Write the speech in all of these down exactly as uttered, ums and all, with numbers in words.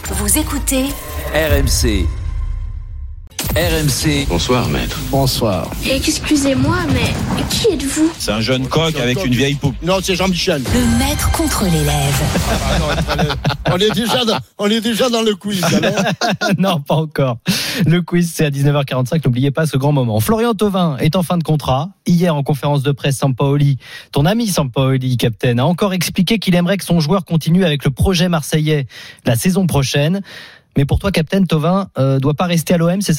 Vous écoutez R M C. R M C. Bonsoir, maître. Bonsoir. Excusez-moi, mais qui êtes-vous ? C'est un jeune coq avec une vieille poupe. Non, c'est Jean-Michel. Le maître contre l'élève. Ah, non, on, est déjà dans, on est déjà dans le quiz, alors. Non, pas encore. Le quiz, c'est à dix-neuf heures quarante-cinq. N'oubliez pas ce grand moment. Florian Thauvin est en fin de contrat. Hier, en conférence de presse, Sampaoli, ton ami Sampaoli, capitaine, a encore expliqué qu'il aimerait que son joueur continue avec le projet marseillais la saison prochaine. Mais pour toi, capitaine, Thauvin euh, doit pas rester à l'O M, c'est ça ?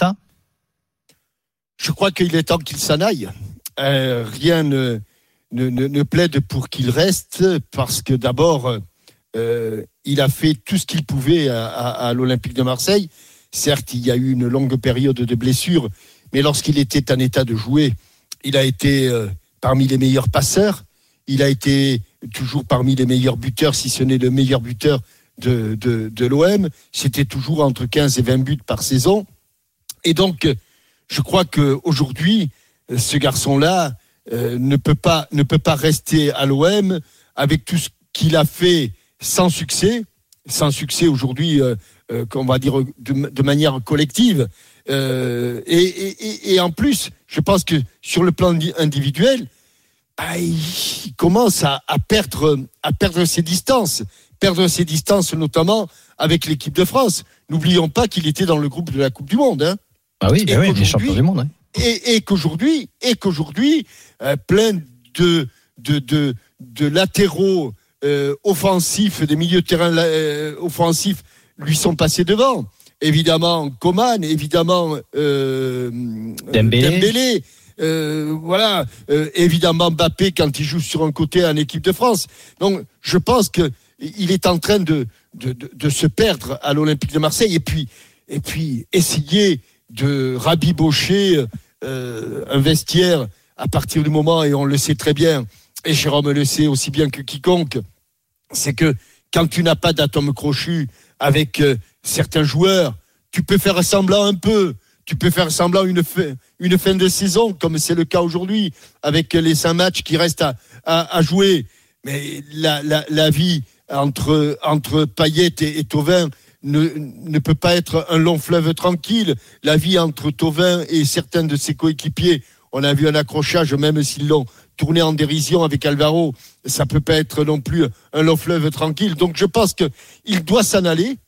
Je crois qu'il est temps qu'il s'en aille. Euh, rien ne, ne, ne, ne plaide pour qu'il reste, parce que d'abord, euh, il a fait tout ce qu'il pouvait à, à, à l'Olympique de Marseille. Certes, il y a eu une longue période de blessures, mais lorsqu'il était en état de jouer, il a été euh, parmi les meilleurs passeurs. Il a été toujours parmi les meilleurs buteurs, si ce n'est le meilleur buteur de, de, de l'O M. C'était toujours entre quinze et vingt buts par saison. Et donc, je crois qu'aujourd'hui, ce garçon-là euh, ne peut pas, ne peut pas rester à l'O M avec tout ce qu'il a fait sans succès, sans succès aujourd'hui, euh, euh, qu'on va dire de, de manière collective. Euh, et, et, et en plus, je pense que sur le plan individuel, bah, il commence à, à perdre, à perdre ses distances, perdre ses distances notamment avec l'équipe de France. N'oublions pas qu'il était dans le groupe de la Coupe du Monde, hein. Ah oui, bah oui, les champions du monde. Ouais. Et, et qu'aujourd'hui, et qu'aujourd'hui, euh, plein de de de, de latéraux euh, offensifs, des milieux de terrain euh, offensifs lui sont passés devant. Évidemment, Coman, évidemment euh, Dembélé. Dembélé euh, voilà, euh, évidemment Mbappé quand il joue sur un côté en équipe de France. Donc, je pense que il est en train de de de, de se perdre à l'Olympique de Marseille. Et puis et puis essayer de rabibocher euh, un vestiaire à partir du moment, et on le sait très bien, et Jérôme le sait aussi bien que quiconque, c'est que quand tu n'as pas d'atome crochu avec euh, certains joueurs, tu peux faire semblant un peu, tu peux faire semblant une fin, une fin de saison, comme c'est le cas aujourd'hui, avec les cinq matchs qui restent à, à, à jouer. Mais la, la, la vie entre, entre Payet et, et Thauvin Ne, ne peut pas être un long fleuve tranquille. La vie entre Thauvin et certains de ses coéquipiers, on a vu un accrochage, même s'ils l'ont tourné en dérision avec Alvaro, ça peut pas être non plus un long fleuve tranquille. Donc je pense qu'il doit s'en aller.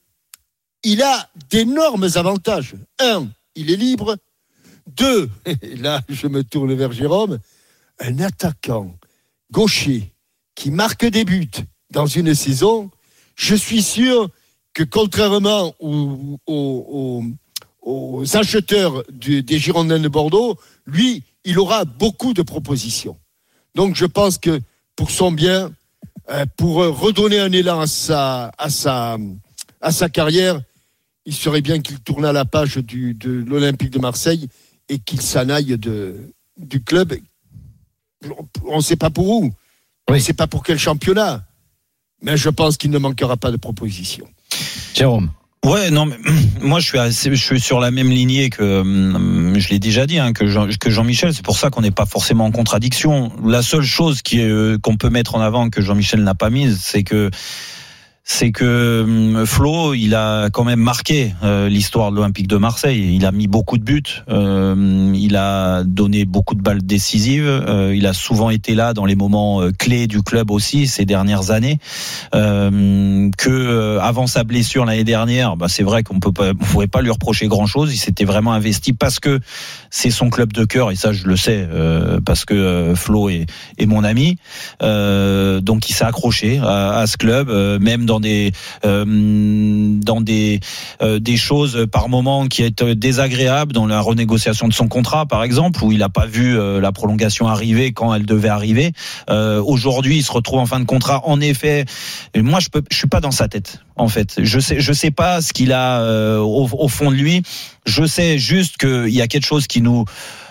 Il a d'énormes avantages. Un, il est libre. Deux, et là je me tourne vers Jérôme, un attaquant gaucher qui marque des buts dans une saison, je suis sûr que contrairement aux, aux, aux, aux acheteurs du, des Girondins de Bordeaux, lui, il aura beaucoup de propositions. Donc je pense que pour son bien, euh, pour redonner un élan à sa, à sa, à sa carrière, il serait bien qu'il tourne à la page du, de l'Olympique de Marseille et qu'il s'en aille de, du club. On ne sait pas pour où, on ne sait pas pour quel championnat, mais je pense qu'il ne manquera pas de propositions. Jérôme. Ouais, non, mais moi je suis assez, je suis sur la même lignée que je l'ai déjà dit, hein, que Jean, que Jean-Michel. C'est pour ça qu'on n'est pas forcément en contradiction. La seule chose qui est, qu'on peut mettre en avant que Jean-Michel n'a pas mise, c'est que c'est que Flo, il a quand même marqué euh, l'histoire de l'Olympique de Marseille. Il a mis beaucoup de buts, euh, il a donné beaucoup de balles décisives, euh, il a souvent été là dans les moments euh, clés du club aussi ces dernières années. Euh, que euh, avant sa blessure l'année dernière, bah c'est vrai qu'on peut pas, on pouvait pas lui reprocher grand-chose. Il s'était vraiment investi parce que c'est son club de cœur, et ça je le sais euh, parce que euh, Flo est, est mon ami. Euh, donc il s'est accroché à, à ce club, euh, même dans des euh, dans des euh, des choses par moment qui est désagréables, dans la renégociation de son contrat par exemple, où il n'a pas vu euh, la prolongation arriver quand elle devait arriver. Euh, aujourd'hui il se retrouve en fin de contrat, en effet. Et moi je peux je suis pas dans sa tête en fait. Je sais je sais pas ce qu'il a euh, au, au fond de lui. Je sais juste qu'il y a quelque chose qui nous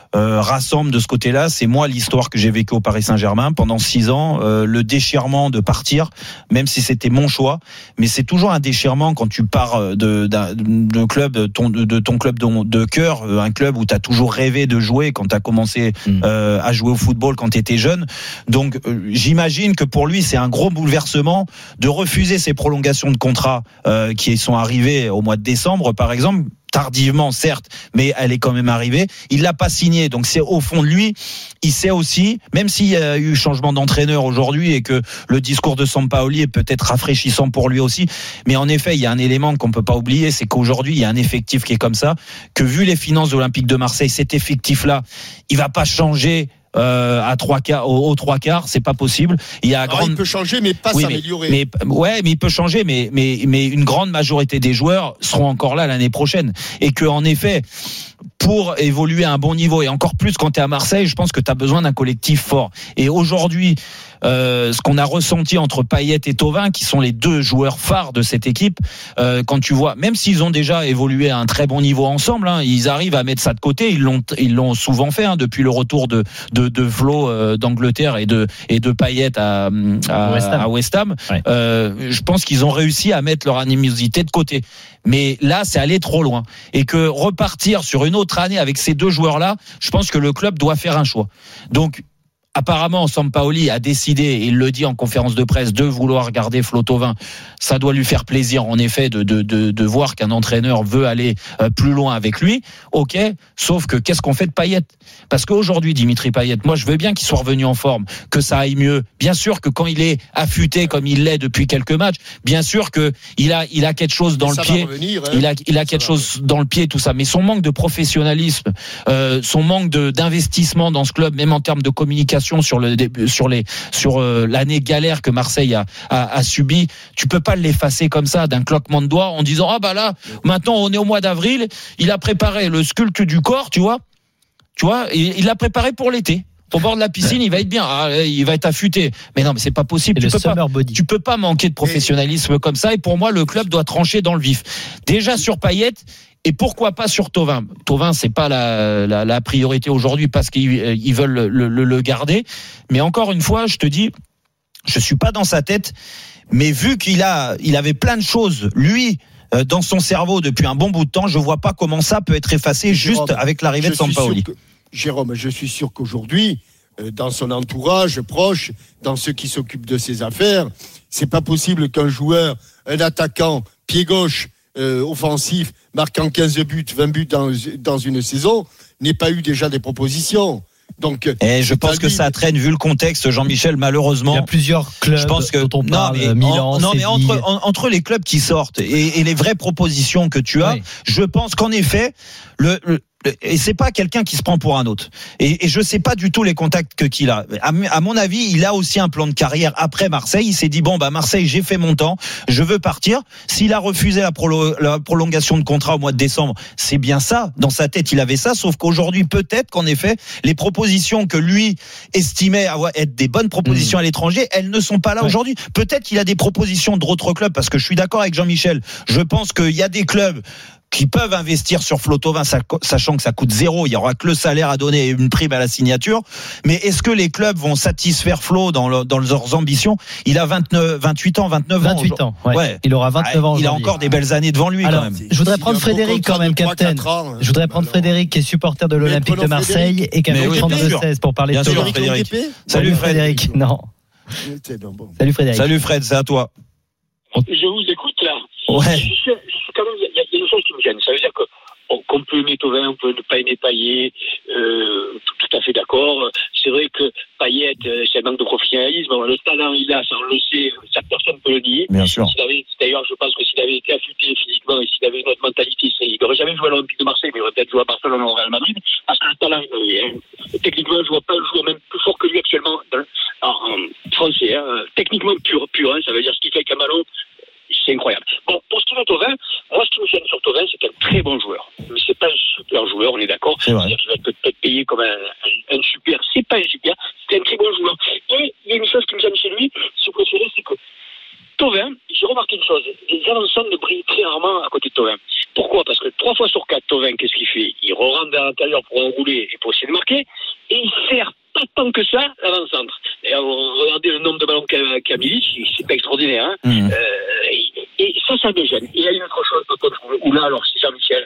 euh, rassemble de ce côté-là, c'est moi l'histoire que j'ai vécue au Paris Saint-Germain pendant six ans, euh, le déchirement de partir, même si c'était mon choix, mais c'est toujours un déchirement quand tu pars de, d'un, de club, de ton, de ton club de, de cœur, un club où tu as toujours rêvé de jouer quand tu as commencé euh, à jouer au football quand tu étais jeune. Donc euh, j'imagine que pour lui c'est un gros bouleversement de refuser ces prolongations de contrat euh, qui sont arrivées au mois de décembre par exemple. Tardivement certes, mais elle est quand même arrivée. Il l'a pas signé, donc c'est au fond de lui. Il sait aussi, même s'il y a eu changement d'entraîneur aujourd'hui et que le discours de Sampaoli est peut-être rafraîchissant pour lui aussi, mais en effet, il y a un élément qu'on peut pas oublier, c'est qu'aujourd'hui il y a un effectif qui est comme ça, que vu les finances de l'Olympique de Marseille, cet effectif-là, il va pas changer. Euh, à trois quarts, aux, aux trois quarts, c'est pas possible. Il y a grande... il peut changer, mais pas oui, s'améliorer. Mais, mais ouais, mais il peut changer, mais mais mais une grande majorité des joueurs seront encore là l'année prochaine, et que en effet, pour évoluer à un bon niveau et encore plus quand tu es à Marseille, je pense que tu as besoin d'un collectif fort. Et aujourd'hui, euh, ce qu'on a ressenti entre Payet et Thauvin, qui sont les deux joueurs phares de cette équipe, euh, quand tu vois, même s'ils ont déjà évolué à un très bon niveau ensemble, hein, ils arrivent à mettre ça de côté. Ils l'ont, ils l'ont souvent fait hein, depuis le retour de de, de Flo euh, d'Angleterre et de et de Payet à à West Ham. À West Ham. Ouais. Euh, je pense qu'ils ont réussi à mettre leur animosité de côté. Mais là, c'est aller trop loin. Et que repartir sur une autre année avec ces deux joueurs-là, je pense que le club doit faire un choix. Donc, apparemment, Sampaoli a décidé, et il le dit en conférence de presse, de vouloir garder Flo Thauvin. Ça doit lui faire plaisir, en effet, de, de, de, de voir qu'un entraîneur veut aller plus loin avec lui. Ok, sauf que qu'est-ce qu'on fait de Payet ? Parce qu'aujourd'hui, Dimitri Payet, moi, je veux bien qu'il soit revenu en forme, que ça aille mieux. Bien sûr que quand il est affûté comme il l'est depuis quelques matchs, bien sûr que il a, il a quelque chose dans le pied. Revenir, hein. Il a, il a quelque chose dans le pied, tout ça. Mais son manque de professionnalisme, euh, son manque de, d'investissement dans ce club, même en termes de communication, sur le sur les sur euh, l'année galère que Marseille a, a a subi, tu peux pas l'effacer comme ça d'un claquement de doigts en disant ah bah là maintenant on est au mois d'avril, il a préparé le sculpte du corps, tu vois, tu vois, il, il l'a préparé pour l'été. Au bord de la piscine, il va être bien, ah, il va être affûté. Mais non, mais c'est pas possible. Tu peux pas, tu peux pas manquer de professionnalisme comme ça. Et pour moi, le club doit trancher dans le vif. Déjà sur Payet. Et pourquoi pas sur Thauvin ? Thauvin, c'est pas la, la, la priorité aujourd'hui parce qu'ils ils veulent le, le, le garder. Mais encore une fois, je te dis, je suis pas dans sa tête. Mais vu qu'il a, il avait plein de choses, lui, dans son cerveau depuis un bon bout de temps, je vois pas comment ça peut être effacé Jérôme, juste avec l'arrivée de Sampaoli. Que, Jérôme, je suis sûr qu'aujourd'hui, dans son entourage proche, dans ceux qui s'occupent de ses affaires, c'est pas possible qu'un joueur, un attaquant, pied gauche, Euh, offensif, marquant quinze buts, vingt buts dans, dans une saison, n'ait pas eu déjà des propositions. Donc, et je pense que ça traîne vu le contexte, Jean-Michel, malheureusement. Il y a plusieurs clubs. Je pense que dont on parle, non, mais, Milan, en, non, mais entre, Séville. en, entre les clubs qui sortent et, et les vraies propositions que tu as, oui. Je pense qu'en effet, le, le et c'est pas quelqu'un qui se prend pour un autre. Et, et je sais pas du tout les contacts que qu'il a. À, à mon avis, il a aussi un plan de carrière après Marseille. Il s'est dit bon bah Marseille, j'ai fait mon temps, je veux partir. S'il a refusé la, prolo- la prolongation de contrat au mois de décembre, c'est bien ça. Dans sa tête, il avait ça. Sauf qu'aujourd'hui, peut-être qu'en effet, les propositions que lui estimait avoir être des bonnes propositions mmh. à l'étranger, elles ne sont pas là ouais. aujourd'hui. Peut-être qu'il a des propositions d'autres clubs parce que je suis d'accord avec Jean-Michel. Je pense qu'il y a des clubs qui peuvent investir sur Flo Thauvin, sachant que ça coûte zéro, il y aura que le salaire à donner et une prime à la signature. Mais est-ce que les clubs vont satisfaire Flo dans, le, dans leurs ambitions ? Il a vingt-neuf, vingt-huit ans, vingt-neuf ans. vingt-huit ans, ouais. ouais. Il aura vingt-neuf ans. Il a encore des belles années devant lui. Alors, quand même. Je voudrais prendre Frédéric quand même, capitaine. Je voudrais prendre Frédéric qui est supporter de l'Olympique de Marseille et qui a oui, trente-deux seize pour parler bien de Thauvin. Frédéric. Salut Frédéric. Non. Salut Frédéric. Salut Fred, c'est à toi. Je vous écoute là. Ouais. Je suis, je suis quand même, il y, y a une chose qui me gêne. Ça veut dire que on, qu'on peut aimer Thauvin, on peut ne pas aimer Payet, euh, tout, tout à fait d'accord. C'est vrai que Payet, euh, c'est un manque de professionnalisme. Le talent, il a, ça on le sait, ça personne ne peut le nier. Bien sûr. S'il avait, d'ailleurs, je pense que s'il avait été affûté physiquement et s'il avait une autre mentalité, il n'aurait jamais joué à l'Olympique de Marseille, mais il aurait peut-être joué à Barcelone ou au Real Madrid. Parce que le talent, euh, techniquement, je vois pas un joueur même plus fort que lui actuellement, en, en français, hein, techniquement pur, pur, hein, ça veut dire ce qu'il fait avec un ballon. C'est incroyable. Bon, pour ce qui est de Thauvin, moi, ce qui me gêne sur Thauvin, c'est un très bon joueur. Mais c'est pas un super joueur, on est d'accord. C'est vrai. C'est-à-dire qu'il va être peut-être payé comme un, un, un super. C'est pas un super, c'est un très bon joueur. Et il y a une chose qui me gêne chez lui, ce préféré, c'est que Thauvin, j'ai remarqué une chose. Les Alençon ne brillent très rarement à côté de Thauvin. Pourquoi ? Parce que trois fois sur quatre, Thauvin, qu'est-ce qu'il fait ? Il re-rentre à l'intérieur pour enrouler et pour essayer de marquer, et il sert pas tant que ça l'avant-centre. Et regardez le nombre de ballons qu'a, qu'a Milic, c'est pas extraordinaire. Hein mmh. euh, et, et ça, ça me gêne. Et il y a une autre chose, où là, alors c'est Jean-Michel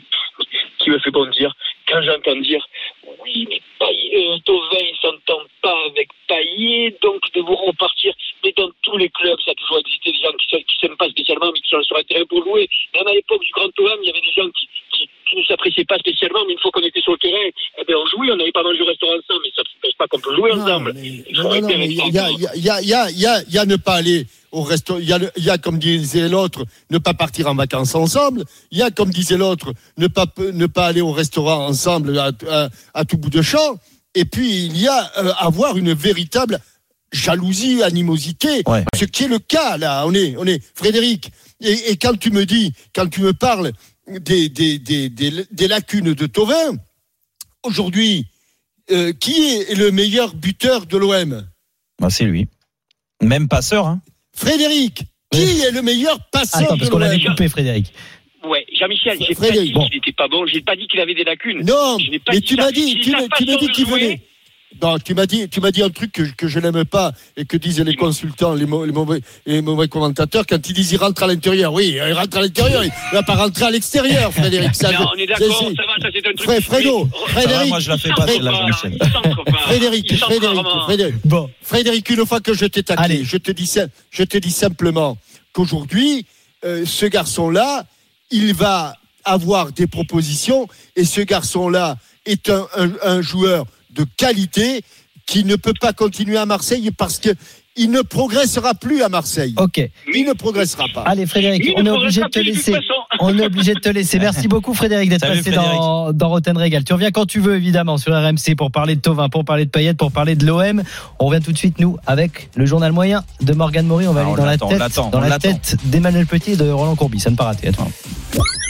qui me fait bondir, quand j'entends dire oui, mais Payet, Thauvin, il s'entend pas avec Payet, donc ils devront repartir. Mais dans tous les clubs, ça a toujours existé des gens qui ne s'aiment pas spécialement, mais qui sont sur un terrain pour jouer. Même à l'époque du Grand Thauvin, il y avait des gens qui, qui, qui ne s'appréciaient pas spécialement, mais une fois qu'on était sur le terrain, eh ben on jouait, on n'avait pas mangé au restaurant ensemble, mais ça ne s'empêche pas qu'on peut jouer non, ensemble. Il y a, il y a, il y a, il y a, il y a ne pas aller au resto, il y a, il y a, comme disait l'autre, ne pas partir en vacances ensemble. Il y a, comme disait l'autre, ne pas, ne pas aller au restaurant ensemble à, à, à tout bout de champ. Et puis, il y a euh, avoir une véritable jalousie, animosité. Ouais. Ce qui est le cas, là. On est, on est, Frédéric. Et, et quand tu me dis, quand tu me parles des, des, des, des, des lacunes de Thauvin, aujourd'hui, euh, qui est le meilleur buteur de l'O M ? Bah, c'est lui. Même passeur, hein. Frédéric, qui oui. est le meilleur passeur Attends, parce qu'on l'avait coupé, Frédéric. Ouais, Jean-Michel, j'ai Frédéric, pas dit bon. qu'il n'était pas bon, j'ai pas dit qu'il avait des lacunes. Non, mais dit tu m'as dit, tu, tu m'as dit qu'il venait. Non, tu m'as dit, tu m'as dit un truc que, que je n'aime pas et que disent les consultants, les, les, mauvais, les mauvais commentateurs quand ils disent il rentre à l'intérieur. Oui, il rentre à l'intérieur, il va pas rentrer à l'extérieur, Frédéric. Ça, non, on est d'accord, c'est, ça va, ça c'est un truc. Fré, Fredo, Frédéric. Va, moi je la fais pas celle-là, Jean-Michel. Frédéric, Frédéric, Frédéric. Bon, Frédéric, une fois que je t'ai taclé, je te dis, je te dis simplement qu'aujourd'hui, euh, ce garçon-là, il va avoir des propositions et ce garçon-là est un, un, un joueur de qualité qui ne peut pas continuer à Marseille parce que il ne progressera plus à Marseille. Ok. Il ne progressera pas. Allez Frédéric, il on est obligé de te laisser. On est obligé de te laisser. Merci beaucoup Frédéric d'être Salut, passé Frédéric. dans dans Roten Régal. Tu reviens quand tu veux évidemment sur R M C pour parler de Thauvin, pour parler de Payet, pour parler de l'O M. On revient tout de suite nous avec le journal moyen de Morgane Maury. On va ah, aller on dans la tête, dans la tête d'Emmanuel Petit et de Roland Courbis. Ça ne pas rater. Attends.